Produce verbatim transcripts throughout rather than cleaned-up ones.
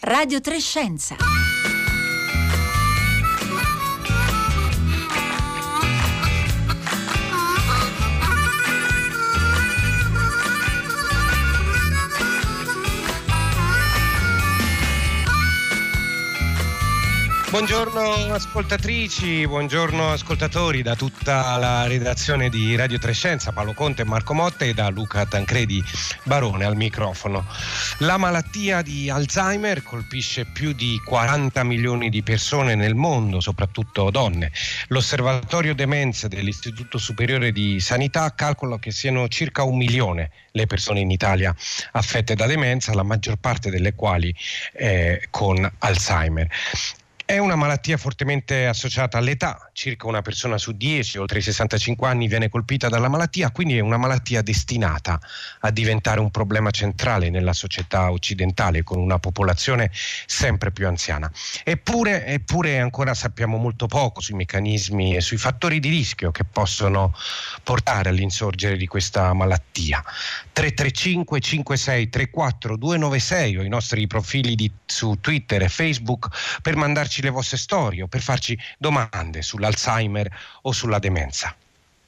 Radio tre Scienza. Buongiorno ascoltatrici, buongiorno ascoltatori da tutta la redazione di Radio tre Scienza, Paolo Conte e Marco Motte, e da Luca Tancredi Barone al microfono. La malattia di Alzheimer colpisce più di quaranta milioni di persone nel mondo, soprattutto donne. L'Osservatorio Demenza dell'Istituto Superiore di Sanità calcola che siano circa un milione le persone in Italia affette da demenza, la maggior parte delle quali eh, con Alzheimer. È una malattia fortemente associata all'età, circa una persona su dieci oltre i sessantacinque anni viene colpita dalla malattia, quindi è una malattia destinata a diventare un problema centrale nella società occidentale, con una popolazione sempre più anziana. Eppure, eppure ancora sappiamo molto poco sui meccanismi e sui fattori di rischio che possono portare all'insorgere di questa malattia. tre tre cinque cinque sei tre quattro due nove sei o i nostri profili di, su Twitter e Facebook per mandarci le vostre storie o per farci domande sull'Alzheimer o sulla demenza.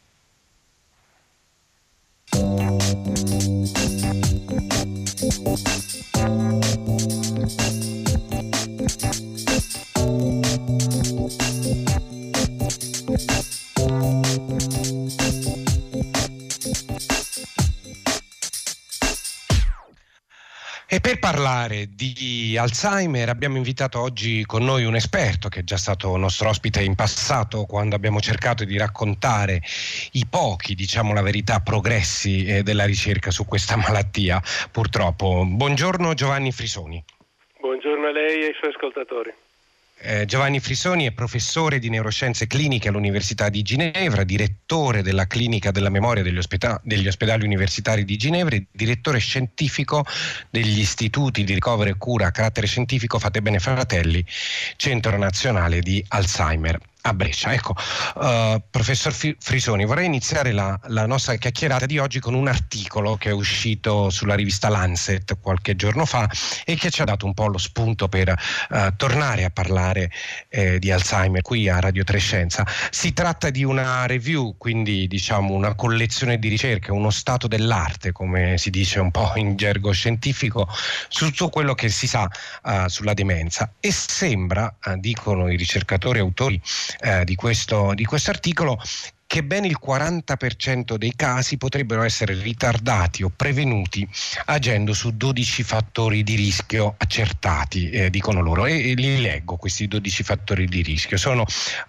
E per parlare di Alzheimer abbiamo invitato oggi con noi un esperto che è già stato nostro ospite in passato, quando abbiamo cercato di raccontare i pochi, diciamo la verità, progressi eh, della ricerca su questa malattia, purtroppo. Buongiorno Giovanni Frisoni. Buongiorno a lei e ai suoi ascoltatori. Eh, Giovanni Frisoni è professore di neuroscienze cliniche all'Università di Ginevra, direttore della clinica della memoria degli, ospeda- degli ospedali universitari di Ginevra e direttore scientifico degli istituti di ricovero e cura a carattere scientifico Fate Bene Fratelli, Centro Nazionale di Alzheimer a Brescia. Ecco, uh, professor Frisoni, vorrei iniziare la, la nostra chiacchierata di oggi con un articolo che è uscito sulla rivista Lancet qualche giorno fa e che ci ha dato un po' lo spunto per uh, tornare a parlare eh, di Alzheimer qui a Radio tre Scienza. Si tratta di una review, quindi diciamo una collezione di ricerche, uno stato dell'arte, come si dice un po' in gergo scientifico, su tutto quello che si sa uh, sulla demenza, e sembra, uh, dicono i ricercatori autori Eh, di questo di questo articolo, che ben il quaranta per cento dei casi potrebbero essere ritardati o prevenuti agendo su dodici fattori di rischio accertati, eh, dicono loro, e, e li leggo questi dodici fattori di rischio. Sono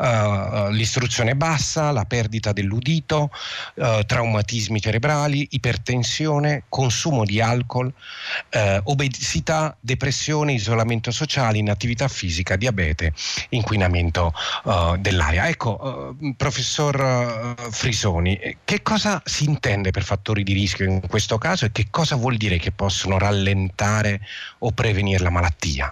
uh, l'istruzione bassa, la perdita dell'udito, uh, traumatismi cerebrali, ipertensione, consumo di alcol, uh, obesità, depressione, isolamento sociale, inattività fisica, diabete, inquinamento uh, dell'aria. Ecco, uh, professor Frisoni, che cosa si intende per fattori di rischio in questo caso e che cosa vuol dire che possono rallentare o prevenire la malattia?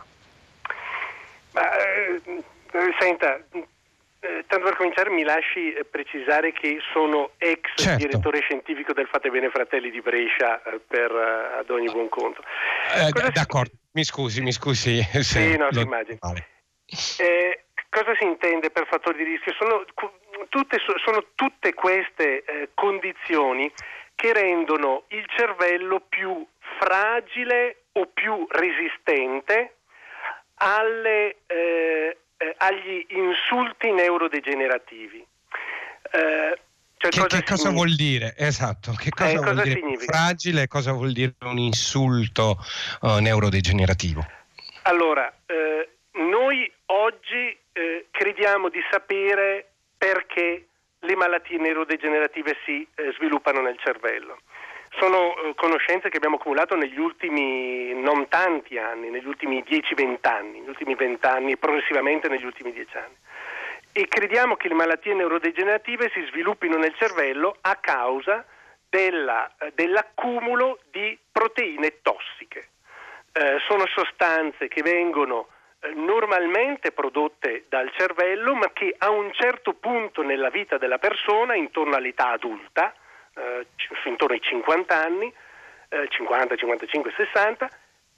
Ma, eh, senta, eh, tanto per cominciare mi lasci eh, precisare che sono ex certo. direttore scientifico del Fate Bene Fratelli di Brescia, eh, per eh, ad ogni buon conto. Eh, d'accordo, si... mi scusi, mi scusi. Se sì, no, lo... si immagina. Vale. Eh, cosa si intende per fattori di rischio? Sono tutte, sono tutte queste eh, condizioni che rendono il cervello più fragile o più resistente alle, eh, eh, agli insulti neurodegenerativi. Eh, cioè che cosa, che cosa vuol dire? Esatto, che cosa, eh, vuol cosa dire significa? Fragile, cosa vuol dire un insulto uh, neurodegenerativo? Allora, eh, noi oggi eh, crediamo di sapere perché le malattie neurodegenerative si eh, sviluppano nel cervello. Sono eh, conoscenze che abbiamo accumulato negli ultimi non tanti anni, negli ultimi dieci venti anni, negli ultimi venti anni e progressivamente negli ultimi dieci anni. E crediamo che le malattie neurodegenerative si sviluppino nel cervello a causa della, eh, dell'accumulo di proteine tossiche. Eh, sono sostanze che vengono normalmente prodotte dal cervello, ma che a un certo punto nella vita della persona, intorno all'età adulta, eh, intorno ai cinquanta anni, eh, cinquanta, cinquantacinque, sessanta,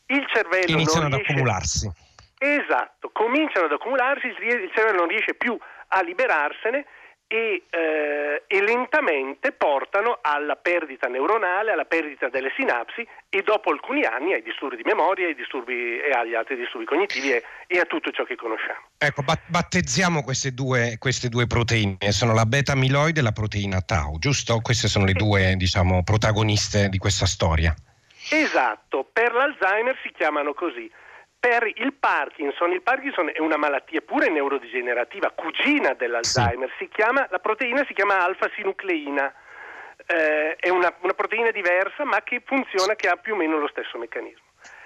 il cervello iniziano non ad riesce... accumularsi. Esatto, cominciano ad accumularsi, il cervello non riesce più a liberarsene e, eh, e lentamente portano alla perdita neuronale, alla perdita delle sinapsi e dopo alcuni anni ai disturbi di memoria, ai disturbi e agli altri disturbi cognitivi e, e a tutto ciò che conosciamo. Ecco, battezziamo queste due, queste due proteine, sono la beta-amiloide e la proteina tau, giusto? Queste sono le due, diciamo, protagoniste di questa storia. Esatto, per l'Alzheimer si chiamano così. Per il Parkinson, il Parkinson è una malattia pure neurodegenerativa, cugina dell'Alzheimer, sì. si chiama, la proteina si chiama alfa-sinucleina, eh, è una, una proteina diversa ma che funziona, che ha più o meno lo stesso meccanismo.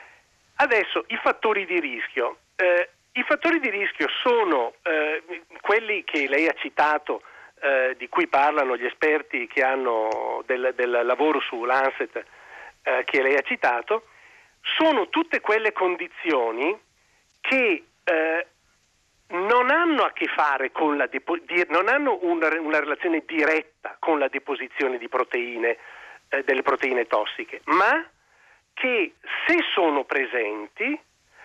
Adesso i fattori di rischio. Eh, i fattori di rischio sono eh, quelli che lei ha citato, eh, di cui parlano gli esperti che hanno del, del lavoro su Lancet, eh, che lei ha citato. Sono tutte quelle condizioni che eh, non hanno a che fare con la depo- di- non hanno una, una relazione diretta con la deposizione di proteine, eh, delle proteine tossiche, ma che se sono presenti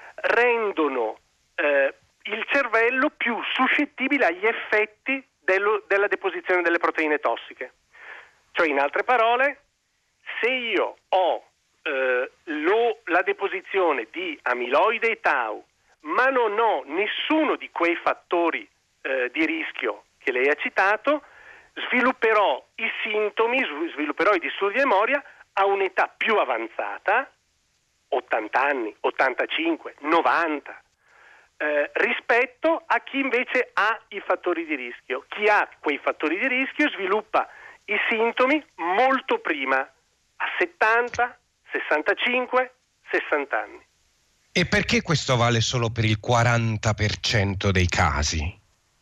rendono eh, il cervello più suscettibile agli effetti dello, della deposizione delle proteine tossiche. Cioè, in altre parole, se io ho Uh, lo, la deposizione di amiloide e tau, ma non ho nessuno di quei fattori uh, di rischio che lei ha citato, svilupperò i sintomi, svilupperò i disturbi di memoria a un'età più avanzata, ottanta anni, ottantacinque, novanta, uh, rispetto a chi invece ha i fattori di rischio. Chi ha quei fattori di rischio sviluppa i sintomi molto prima, a settanta, sessantacinque, sessanta anni. E perché questo vale solo per il quaranta per cento dei casi?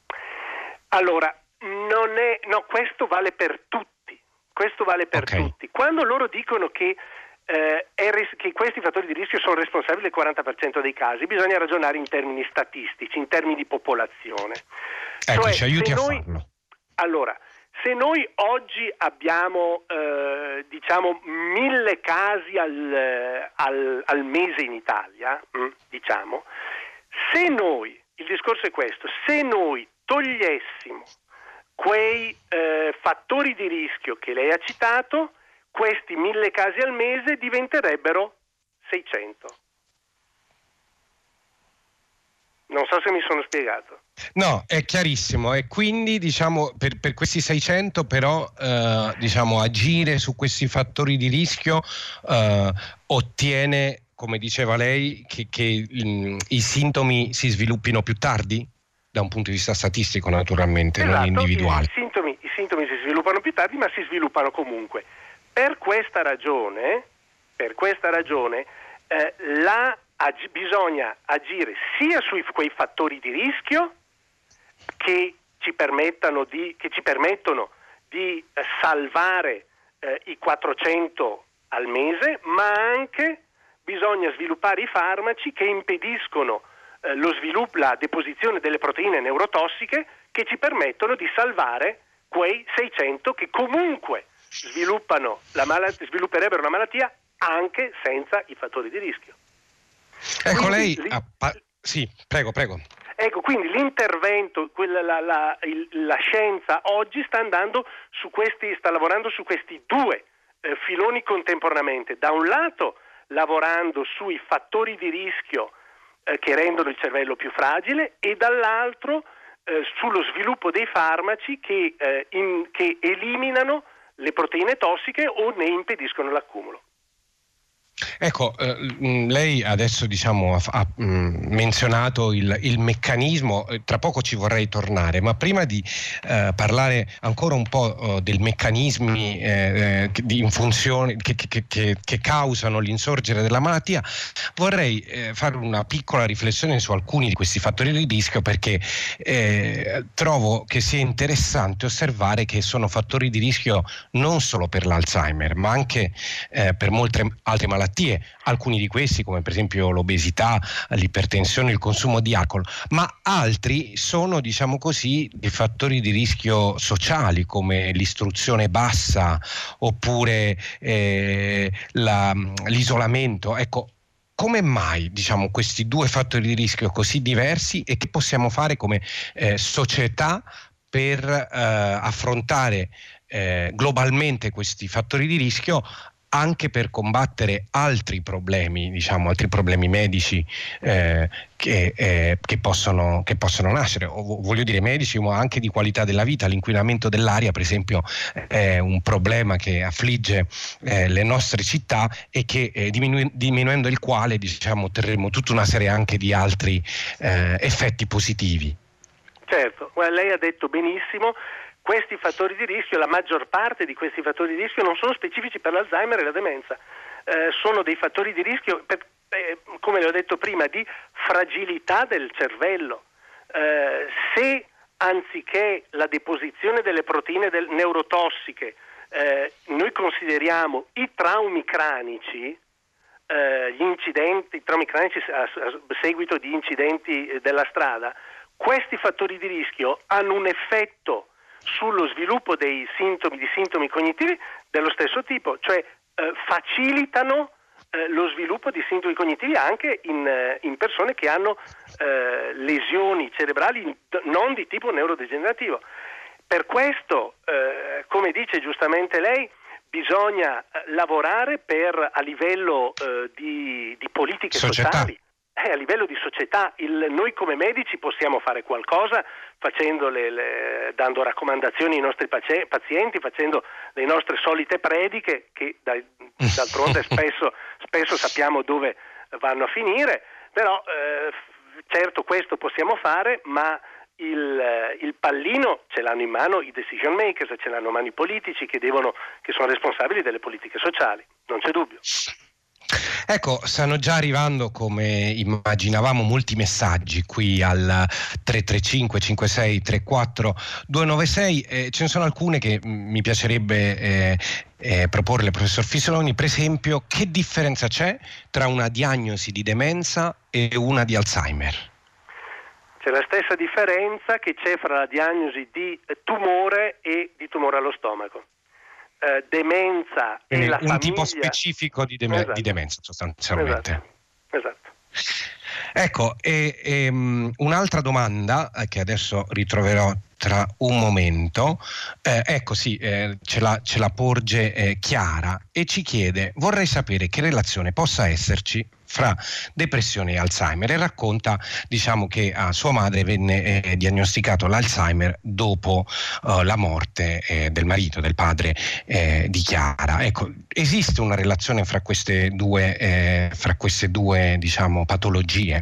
Allora, non è, no, questo vale per tutti. Questo vale per okay. tutti. Quando loro dicono che, eh, è ris- che questi fattori di rischio sono responsabili del quaranta per cento dei casi, bisogna ragionare in termini statistici, in termini di popolazione. Ecco, cioè, ci aiuti a noi, farlo. Allora, se noi oggi abbiamo eh, diciamo mille casi al, al, al mese in Italia, hm, diciamo, se noi, il discorso è questo, se noi togliessimo quei eh, fattori di rischio che lei ha citato, questi mille casi al mese diventerebbero seicento. Non so se mi sono spiegato. No, è chiarissimo, e quindi diciamo per, per questi seicento però eh, diciamo agire su questi fattori di rischio eh, ottiene, come diceva lei, che, che mh, i sintomi si sviluppino più tardi, da un punto di vista statistico naturalmente, esatto, non individuale. I sintomi, i sintomi si sviluppano più tardi, ma si sviluppano comunque. Per questa ragione, per questa ragione eh, la, ag- bisogna agire sia su quei fattori di rischio che ci permettano di, che ci permettono di eh, salvare eh, i quattrocento al mese, ma anche bisogna sviluppare i farmaci che impediscono eh, lo sviluppo, la deposizione delle proteine neurotossiche, che ci permettono di salvare quei seicento che comunque sviluppano la malat- svilupperebbero la malattia anche senza i fattori di rischio. Ecco, Quindi, lei ha pa- sì, prego, prego. Ecco, quindi l'intervento, quella, la, la, il, la scienza oggi sta andando su questi, sta lavorando su questi due eh, filoni contemporaneamente. Da un lato lavorando sui fattori di rischio eh, che rendono il cervello più fragile, e dall'altro eh, sullo sviluppo dei farmaci che, eh, in, che eliminano le proteine tossiche o ne impediscono l'accumulo. Ecco, eh, lei adesso diciamo ha, ha mh, menzionato il, il meccanismo, eh, tra poco ci vorrei tornare, ma prima di eh, parlare ancora un po' eh, dei meccanismi eh, di, in funzione, che, che, che, che causano l'insorgere della malattia, vorrei eh, fare una piccola riflessione su alcuni di questi fattori di rischio, perché eh, trovo che sia interessante osservare che sono fattori di rischio non solo per l'Alzheimer, ma anche eh, per molte altre malattie. Alcuni di questi, come per esempio l'obesità, l'ipertensione, il consumo di alcol, ma altri sono, diciamo così, dei fattori di rischio sociali, come l'istruzione bassa oppure eh, la, l'isolamento. Ecco, come mai, diciamo, questi due fattori di rischio così diversi, e che possiamo fare come eh, società per eh, affrontare eh, globalmente questi fattori di rischio, anche per combattere altri problemi, diciamo, altri problemi medici eh, che, eh, che, possono, che possono nascere, o voglio dire medici, ma anche di qualità della vita. L'inquinamento dell'aria, per esempio, è un problema che affligge eh, le nostre città e che eh, diminu- diminuendo il quale, diciamo, otterremo tutta una serie anche di altri eh, effetti positivi. Certo, lei ha detto benissimo. Questi fattori di rischio, la maggior parte di questi fattori di rischio non sono specifici per l'Alzheimer e la demenza, eh, sono dei fattori di rischio, per, eh, come le ho detto prima, di fragilità del cervello. Eh, se anziché la deposizione delle proteine del, neurotossiche eh, noi consideriamo i traumi cranici, eh, gli incidenti, i traumi cranici a, a seguito di incidenti della strada, questi fattori di rischio hanno un effetto sullo sviluppo dei sintomi, di sintomi cognitivi dello stesso tipo, cioè eh, facilitano eh, lo sviluppo di sintomi cognitivi anche in, eh, in persone che hanno eh, lesioni cerebrali non di tipo neurodegenerativo. Per questo, eh, come dice giustamente lei, bisogna lavorare per, a livello eh, di, di politiche Società. sociali. Eh, a livello di società, il, noi come medici possiamo fare qualcosa facendo le, le, dando raccomandazioni ai nostri pace, pazienti, facendo le nostre solite prediche che da, d'altronde spesso, spesso sappiamo dove vanno a finire, però eh, certo questo possiamo fare, ma il, il pallino ce l'hanno in mano i decision makers, ce l'hanno in mano i politici che, devono, che sono responsabili delle politiche sociali, non c'è dubbio. Ecco, stanno già arrivando, come immaginavamo, molti messaggi qui al tre tre cinque cinque sei tre quattro due nove sei. Eh, ce ne sono alcune che mh, mi piacerebbe eh, eh, proporle, professor Fisoloni. Per esempio, che differenza c'è tra una diagnosi di demenza e una di Alzheimer? C'è la stessa differenza che c'è fra la diagnosi di tumore e di tumore allo stomaco. Uh, demenza Quindi e la un famiglia... tipo specifico di, dem- esatto. di demenza, sostanzialmente. Esatto, esatto. Ecco, e, e, um, un'altra domanda eh, che adesso ritroverò tra un momento, eh, ecco sì, eh, ce, la, ce la porge eh, Chiara e ci chiede: vorrei sapere che relazione possa esserci fra depressione e Alzheimer, e racconta, diciamo, che a sua madre venne eh, diagnosticato l'Alzheimer dopo eh, la morte eh, del marito, del padre eh, di Chiara. Ecco, esiste una relazione fra queste due, eh, fra queste due, diciamo, patologie?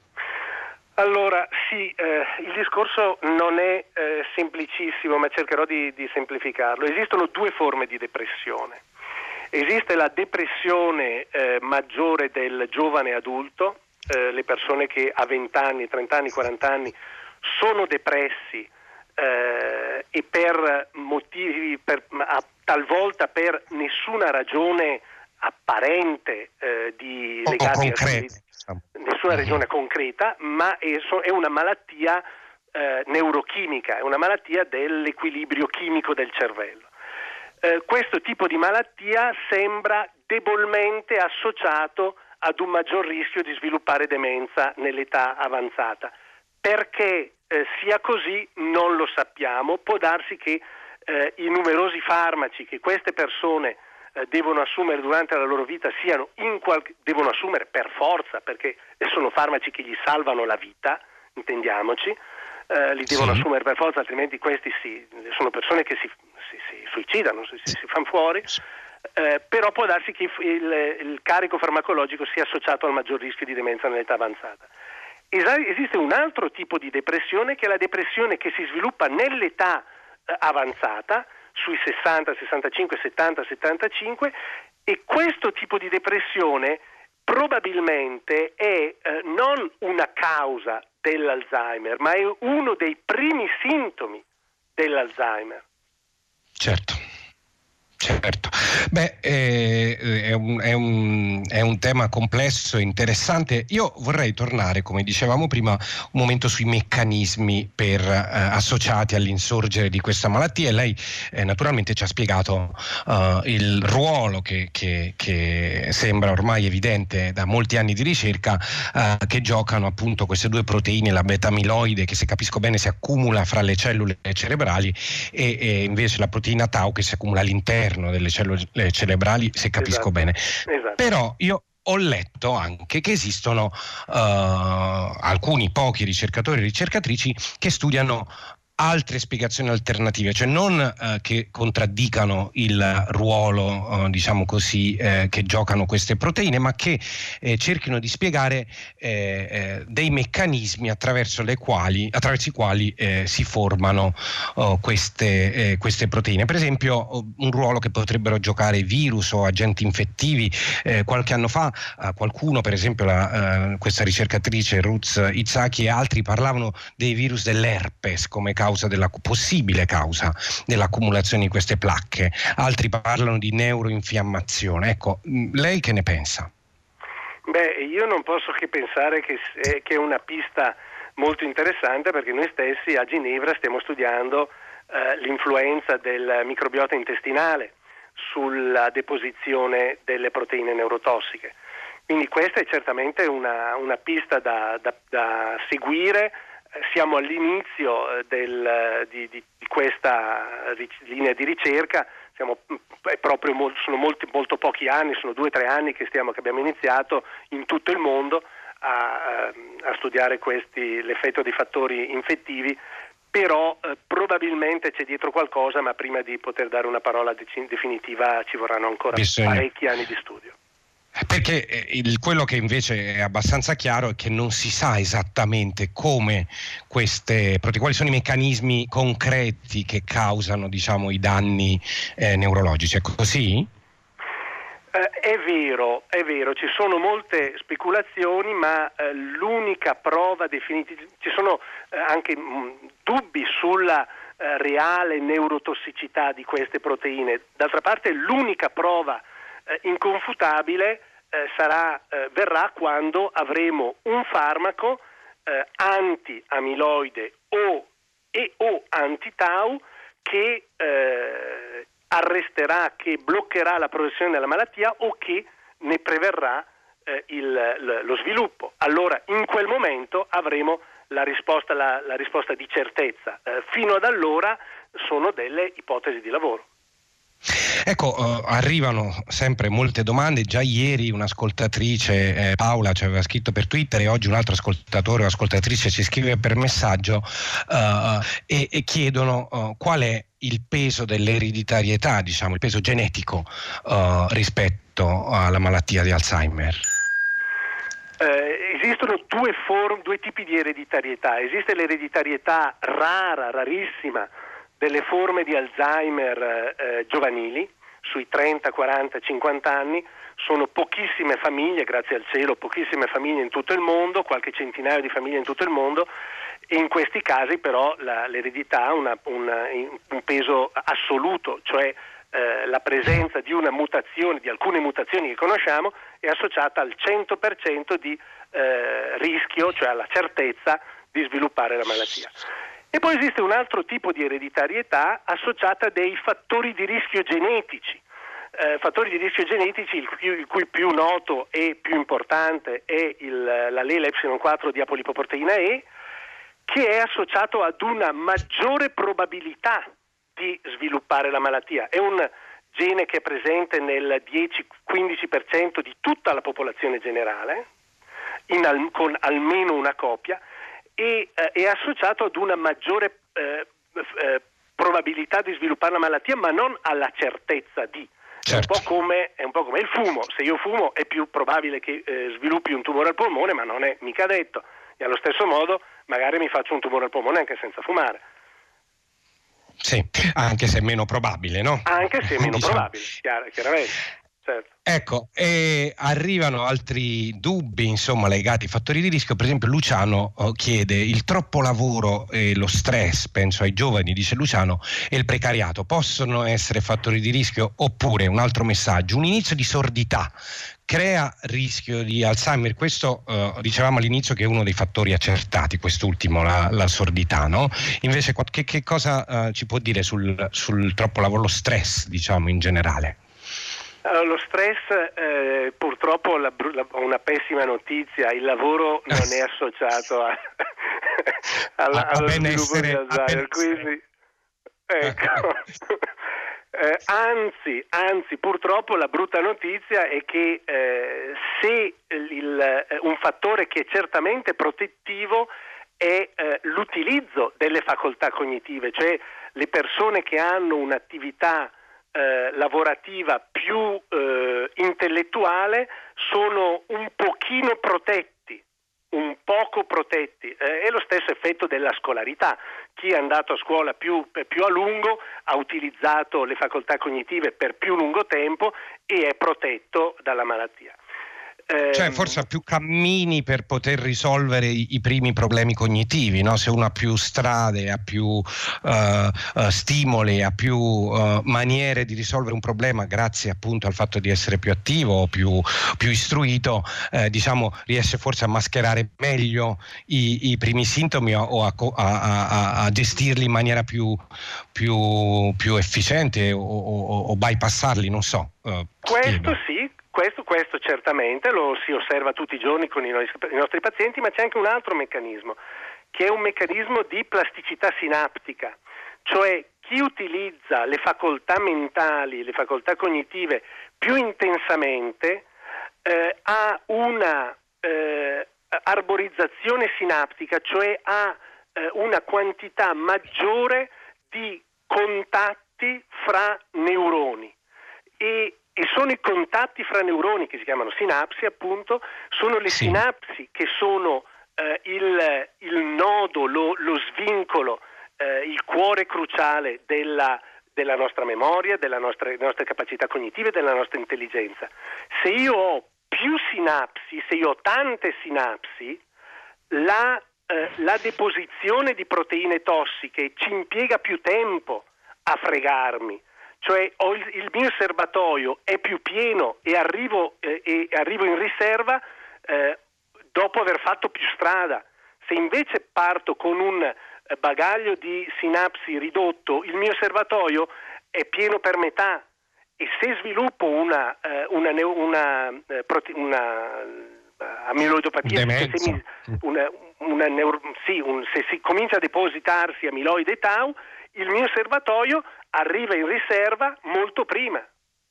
Allora, sì, eh, il discorso non è eh, semplicissimo, ma cercherò di, di semplificarlo. Esistono due forme di depressione. Esiste la depressione eh, maggiore del giovane adulto, eh, le persone che a venti anni, trenta anni, quaranta anni sono depressi eh, e per motivi, per, a, talvolta per nessuna ragione apparente eh, di o legati concreta. a nessuna ragione concreta, ma è, è una malattia eh, neurochimica, è una malattia dell'equilibrio chimico del cervello. Eh, questo tipo di malattia sembra debolmente associato ad un maggior rischio di sviluppare demenza nell'età avanzata. Perché eh, sia così non lo sappiamo. Può darsi che eh, i numerosi farmaci che queste persone eh, devono assumere durante la loro vita siano in qualche devono assumere per forza, perché sono farmaci che gli salvano la vita, intendiamoci. Uh, li devono sì. assumere per forza, altrimenti questi sì, sono persone che si, si, si suicidano, si, si, si fanno fuori, uh, però può darsi che il, il carico farmacologico sia associato al maggior rischio di demenza nell'età avanzata. Es- esiste un altro tipo di depressione, che è la depressione che si sviluppa nell'età uh, avanzata, sui sessanta, sessantacinque, settanta, settantacinque, e questo tipo di depressione probabilmente è eh, non una causa dell'Alzheimer, ma è uno dei primi sintomi dell'Alzheimer. Certo. Certo, beh, eh, è, un, è, un, è un tema complesso e interessante. Io vorrei tornare, come dicevamo prima, un momento sui meccanismi per, eh, associati all'insorgere di questa malattia, e lei eh, naturalmente ci ha spiegato uh, il ruolo che, che, che sembra ormai evidente da molti anni di ricerca, uh, che giocano appunto queste due proteine, la beta-amiloide, che se capisco bene si accumula fra le cellule cerebrali, e, e invece la proteina tau che si accumula all'interno delle cellule cerebrali, se capisco Esatto, bene. esatto. Però io ho letto anche che esistono uh, alcuni pochi ricercatori e ricercatrici che studiano altre spiegazioni alternative, cioè non eh, che contraddicano il ruolo, eh, diciamo così, eh, che giocano queste proteine, ma che eh, cerchino di spiegare eh, eh, dei meccanismi attraverso le quali, attraverso i quali eh, si formano oh, queste, eh, queste proteine. Per esempio, un ruolo che potrebbero giocare virus o agenti infettivi. Eh, qualche anno fa eh, qualcuno, per esempio la, eh, questa ricercatrice Ruth Izaki e altri, parlavano dei virus dell'herpes come causa della possibile causa dell'accumulazione di queste placche, altri parlano di neuroinfiammazione. Ecco, lei che ne pensa? Beh, io non posso che pensare che, che è una pista molto interessante, perché noi stessi a Ginevra stiamo studiando eh, l'influenza del microbiota intestinale sulla deposizione delle proteine neurotossiche. Quindi questa è certamente una, una pista da, da, da seguire. Siamo all'inizio del, di, di, di questa linea di ricerca, siamo, è proprio molto, sono molti, molto pochi anni, sono due o tre anni che, stiamo, che abbiamo iniziato in tutto il mondo a, a studiare questi, l'effetto dei fattori infettivi, però eh, probabilmente c'è dietro qualcosa, ma prima di poter dare una parola definitiva ci vorranno ancora Bisogna. parecchi anni di studio. Perché il, quello che invece è abbastanza chiaro è che non si sa esattamente come queste, quali sono i meccanismi concreti che causano, diciamo, i danni eh, neurologici. È così? Eh, è vero, è vero, ci sono molte speculazioni, ma eh, l'unica prova definitiva, ci sono eh, anche mh, dubbi sulla eh, reale neurotossicità di queste proteine. D'altra parte l'unica prova eh, inconfutabile eh, sarà, eh, verrà quando avremo un farmaco eh, anti-amiloide o, e o anti-tau che eh, arresterà, che bloccherà la progressione della malattia o che ne preverrà eh, il, l, lo sviluppo. Allora in quel momento avremo la risposta, la, la risposta di certezza. Eh, fino ad allora sono delle ipotesi di lavoro. Ecco, uh, arrivano sempre molte domande. Già ieri un'ascoltatrice, eh, Paola, ci aveva scritto per Twitter, e oggi un altro ascoltatore o ascoltatrice ci scrive per messaggio uh, e, e chiedono uh, qual è il peso dell'ereditarietà, diciamo, il peso genetico uh, rispetto alla malattia di Alzheimer. Eh, esistono due, form, due tipi di ereditarietà. Esiste l'ereditarietà rara, rarissima, delle forme di Alzheimer eh, giovanili, sui trenta, quaranta, cinquanta anni. Sono pochissime famiglie, grazie al cielo, pochissime famiglie in tutto il mondo, qualche centinaio di famiglie in tutto il mondo, e in questi casi però la, l'eredità ha una, una, un peso assoluto, cioè eh, la presenza di una mutazione, di alcune mutazioni che conosciamo, è associata al cento per cento di eh, rischio, cioè alla certezza di sviluppare la malattia. E poi esiste un altro tipo di ereditarietà associata a dei fattori di rischio genetici. Eh, fattori di rischio genetici, il, più, il cui più noto e più importante è il, l'allele epsilon quattro di apolipoproteina E, che è associato ad una maggiore probabilità di sviluppare la malattia. È un gene che è presente nel dieci-quindici per cento di tutta la popolazione generale, in al, con almeno una copia, e eh, è associato ad una maggiore eh, eh, probabilità di sviluppare la malattia, ma non alla certezza di. Certo. È un po' come, è un po' come il fumo. Se io fumo è più probabile che eh, sviluppi un tumore al polmone, ma non è mica detto. E allo stesso modo magari mi faccio un tumore al polmone anche senza fumare. Sì, anche se è meno probabile, no? Anche se è meno diciamo. probabile, chiaro, chiaramente. certo. Ecco, e arrivano altri dubbi, insomma, legati ai fattori di rischio. Per esempio Luciano oh, chiede: il troppo lavoro e lo stress, penso ai giovani, dice Luciano, e il precariato possono essere fattori di rischio? Oppure, un altro messaggio, un inizio di sordità crea rischio di Alzheimer? Questo eh, dicevamo all'inizio che è uno dei fattori accertati, quest'ultimo, la, la sordità, no? Invece che, che cosa eh, ci può dire sul, sul troppo lavoro, lo stress, diciamo, in generale? Allora, lo stress, eh, purtroppo la, la, ho una pessima notizia: il lavoro non è associato a, alla, a, a allo sviluppo di Alzheimer, quindi ecco. eh, anzi, anzi, purtroppo la brutta notizia è che eh, se il, un fattore che è certamente protettivo è eh, l'utilizzo delle facoltà cognitive, cioè le persone che hanno un'attività Eh, lavorativa più eh, intellettuale sono un pochino protetti, un poco protetti. Eh, è lo stesso effetto della scolarità. Chi è andato a scuola più, più a lungo ha utilizzato le facoltà cognitive per più lungo tempo e è protetto dalla malattia. Cioè forse ha più cammini per poter risolvere i, i primi problemi cognitivi, no? Se uno ha più strade, ha più uh, uh, stimoli, ha più uh, maniere di risolvere un problema, grazie appunto al fatto di essere più attivo o più, più istruito, eh, diciamo riesce forse a mascherare meglio i, i primi sintomi o a, a, a, a gestirli in maniera più, più, più efficiente o, o, o bypassarli, non so. Uh, Questo chiedo. sì. Questo, questo certamente lo si osserva tutti i giorni con i nostri, i nostri pazienti, ma c'è anche un altro meccanismo, che è un meccanismo di plasticità sinaptica, cioè chi utilizza le facoltà mentali, le facoltà cognitive più intensamente eh, ha una eh, arborizzazione sinaptica, cioè ha eh, una quantità maggiore di contatti fra neuroni. E E sono i contatti fra neuroni che si chiamano sinapsi, appunto, sono le sì. sinapsi che sono eh, il, il nodo, lo, lo svincolo, eh, il cuore cruciale della, della nostra memoria, della nostra, delle nostre capacità cognitive, della nostra intelligenza. Se io ho più sinapsi, se io ho tante sinapsi, la, eh, la deposizione di proteine tossiche ci impiega più tempo a fregarmi. Cioè ho il, il mio serbatoio è più pieno e arrivo, eh, e arrivo in riserva eh, dopo aver fatto più strada. Se invece parto con un bagaglio di sinapsi ridotto, il mio serbatoio è pieno per metà, e se sviluppo una, eh, una, una, una, una amiloidopatia, se, se, mi, una, una neuro, sì, un, se si comincia a depositarsi amiloide tau, il mio serbatoio arriva in riserva molto prima.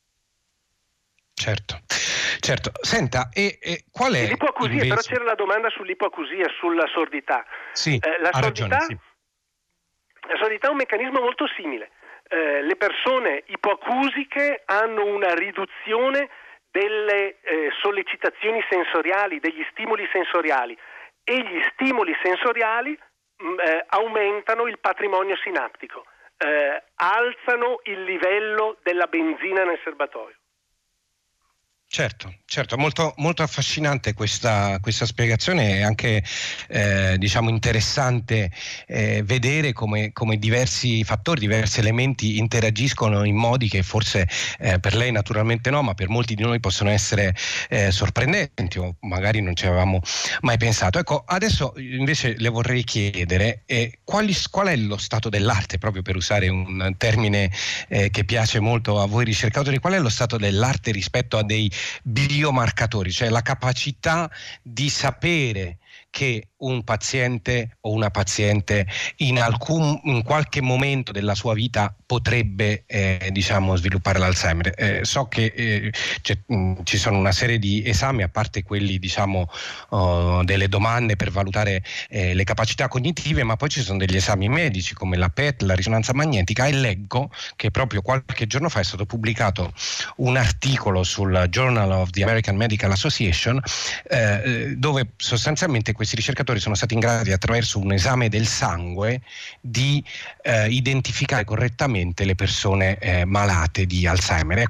Certo, certo. Senta, e, e qual è l'ipoacusia? invece... Però c'era la domanda sull'ipoacusia, sulla sordità. Sì, eh, la ha sordità, ragione, sì. La sordità è un meccanismo molto simile. Eh, le persone ipoacusiche hanno una riduzione delle eh, sollecitazioni sensoriali, degli stimoli sensoriali, e gli stimoli sensoriali mh, eh, aumentano il patrimonio sinaptico. Eh, alzano il livello della benzina nel serbatoio. Certo, certo, molto, molto affascinante questa, questa spiegazione, e anche eh, diciamo interessante eh, vedere come, come diversi fattori, diversi elementi interagiscono in modi che forse eh, per lei naturalmente no, ma per molti di noi possono essere eh, sorprendenti, o magari non ci avevamo mai pensato. Ecco, adesso invece le vorrei chiedere eh, quali, qual è lo stato dell'arte, proprio per usare un termine eh, che piace molto a voi ricercatori, qual è lo stato dell'arte rispetto a dei biomarcatori, cioè la capacità di sapere che un paziente o una paziente in alcun in qualche momento della sua vita potrebbe eh, diciamo sviluppare l'Alzheimer. Eh, so che eh, mh, ci sono una serie di esami, a parte quelli diciamo uh, delle domande per valutare eh, le capacità cognitive, ma poi ci sono degli esami medici come la P E T, la risonanza magnetica, e leggo che proprio qualche giorno fa è stato pubblicato un articolo sul Journal of the American Medical Association eh, dove sostanzialmente questi ricercatori sono stati in grado di, attraverso un esame del sangue, di eh, identificare correttamente le persone eh, malate di Alzheimer. Ecco,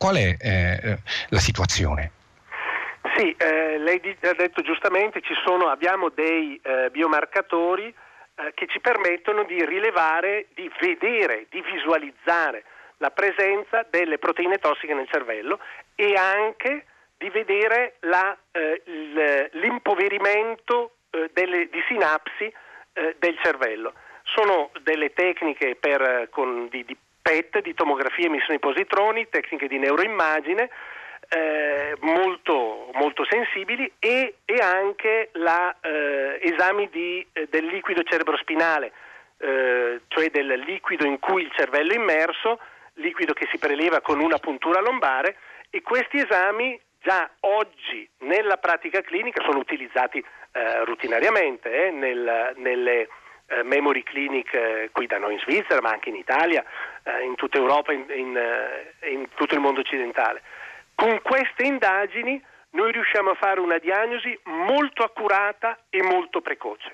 qual è eh, la situazione? Sì, eh, lei ha detto giustamente, ci sono, abbiamo dei eh, biomarcatori eh, che ci permettono di rilevare, di vedere, di visualizzare la presenza delle proteine tossiche nel cervello e anche di vedere la, eh, l'impoverimento eh, delle, di sinapsi eh, del cervello. Sono delle tecniche per, con, di, di P E T, di tomografia emissioni positroni, tecniche di neuroimmagine, Eh, molto, molto sensibili e, e anche la, eh, esami di, eh, del liquido cerebrospinale, eh, cioè del liquido in cui il cervello è immerso, liquido che si preleva con una puntura lombare, e questi esami già oggi nella pratica clinica sono utilizzati eh, rutinariamente eh, nel, nelle eh, memory clinic eh, qui da noi in Svizzera, ma anche in Italia, eh, in tutta Europa, in, in, in tutto il mondo occidentale. Con queste indagini noi riusciamo a fare una diagnosi molto accurata e molto precoce.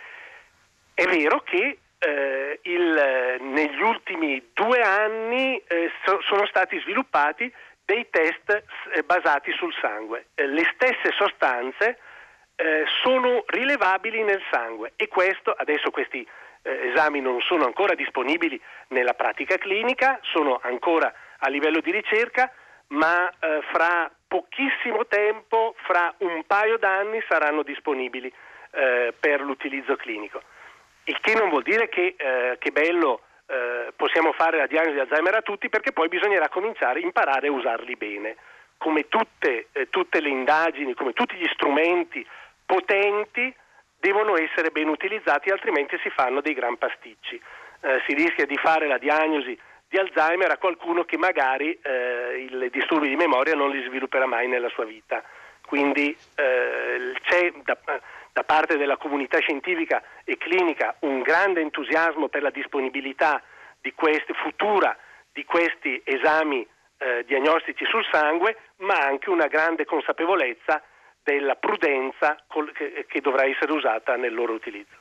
È vero che eh, il, negli ultimi due anni eh, so, sono stati sviluppati dei test eh, basati sul sangue. Eh, le stesse sostanze eh, sono rilevabili nel sangue e questo, adesso questi eh, esami non sono ancora disponibili nella pratica clinica, sono ancora a livello di ricerca, ma eh, fra pochissimo tempo, fra un paio d'anni, saranno disponibili eh, per l'utilizzo clinico. Il che non vuol dire che, eh, che bello, eh, possiamo fare la diagnosi di Alzheimer a tutti, perché poi bisognerà cominciare a imparare a usarli bene. Come tutte, eh, tutte le indagini, come tutti gli strumenti potenti, devono essere ben utilizzati, altrimenti si fanno dei gran pasticci. Eh, si rischia di fare la diagnosi di Alzheimer a qualcuno che magari eh, i disturbi di memoria non li svilupperà mai nella sua vita. Quindi eh, c'è da, da parte della comunità scientifica e clinica un grande entusiasmo per la disponibilità di queste, futura di questi esami eh, diagnostici sul sangue, ma anche una grande consapevolezza della prudenza col, che, che dovrà essere usata nel loro utilizzo.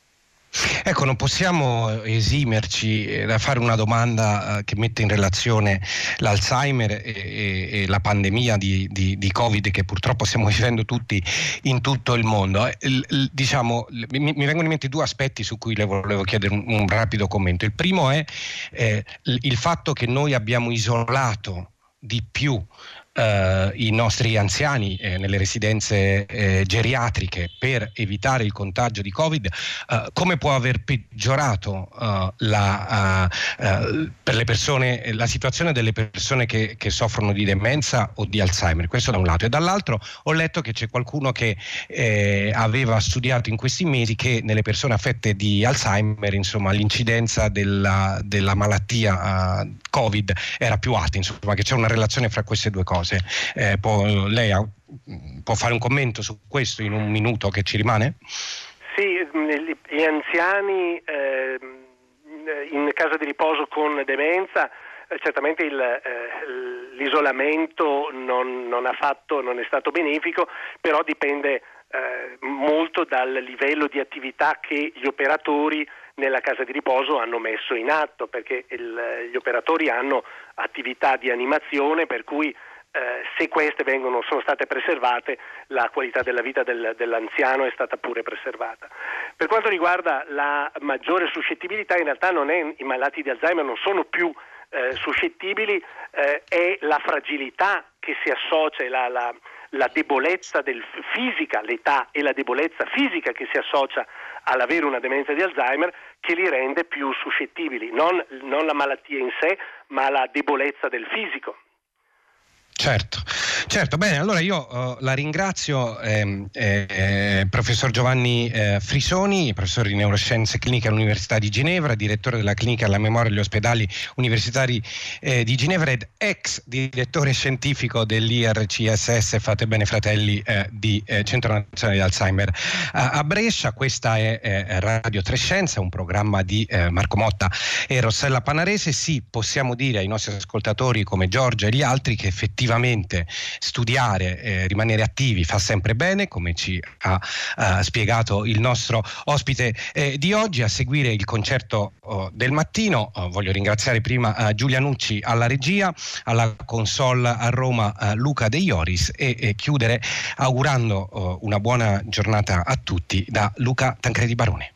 Ecco, non possiamo esimerci da fare una domanda che mette in relazione l'Alzheimer e, e, e la pandemia di, di, di Covid che purtroppo stiamo vivendo tutti in tutto il mondo. Il, il, diciamo, mi, mi vengono in mente due aspetti su cui le volevo chiedere un, un rapido commento. Il primo è eh, il fatto che noi abbiamo isolato di più Uh, i nostri anziani eh, nelle residenze eh, geriatriche per evitare il contagio di Covid, uh, come può aver peggiorato uh, la, uh, uh, per le persone, la situazione delle persone che, che soffrono di demenza o di Alzheimer? Questo da un lato. E dall'altro ho letto che c'è qualcuno che eh, aveva studiato in questi mesi che nelle persone affette di Alzheimer, insomma, l'incidenza della, della malattia uh, Covid era più alta, insomma, che c'è una relazione fra queste due cose. Eh, può, lei ha, può fare un commento su questo in un minuto che ci rimane? Sì, gli anziani eh, in casa di riposo con demenza eh, certamente il, eh, l'isolamento non, non ha fatto, non è stato benefico, però dipende eh, molto dal livello di attività che gli operatori nella casa di riposo hanno messo in atto, perché il, gli operatori hanno attività di animazione per cui Eh, se queste vengono, sono state preservate, la qualità della vita del, dell'anziano è stata pure preservata. Per quanto riguarda la maggiore suscettibilità, in realtà non è, i malati di Alzheimer non sono più eh, suscettibili, eh, è la fragilità che si associa, la, la, la debolezza del fisica, l'età e la debolezza fisica che si associa all'avere una demenza di Alzheimer che li rende più suscettibili, non, non la malattia in sé, ma la debolezza del fisico. Certo, certo, bene, allora io uh, la ringrazio eh, eh, professor Giovanni eh, Frisoni, professore di neuroscienze cliniche all'Università di Ginevra, direttore della clinica alla memoria degli ospedali universitari eh, di Ginevra ed ex direttore scientifico dell'I R C S S Fate Bene Fratelli eh, di eh, Centro Nazionale di Alzheimer a, a Brescia. Questa è eh, Radio Trescenza, un programma di eh, Marco Motta e Rossella Panarese. Sì, possiamo dire ai nostri ascoltatori come Giorgia e gli altri che effettivamente studiare, eh, rimanere attivi fa sempre bene, come ci ha uh, spiegato il nostro ospite eh, di oggi. A seguire il concerto uh, del mattino. Uh, voglio ringraziare prima uh, Giulia Nucci alla regia, alla console a Roma uh, Luca De Ioris e, e chiudere augurando uh, una buona giornata a tutti da Luca Tancredi Barone.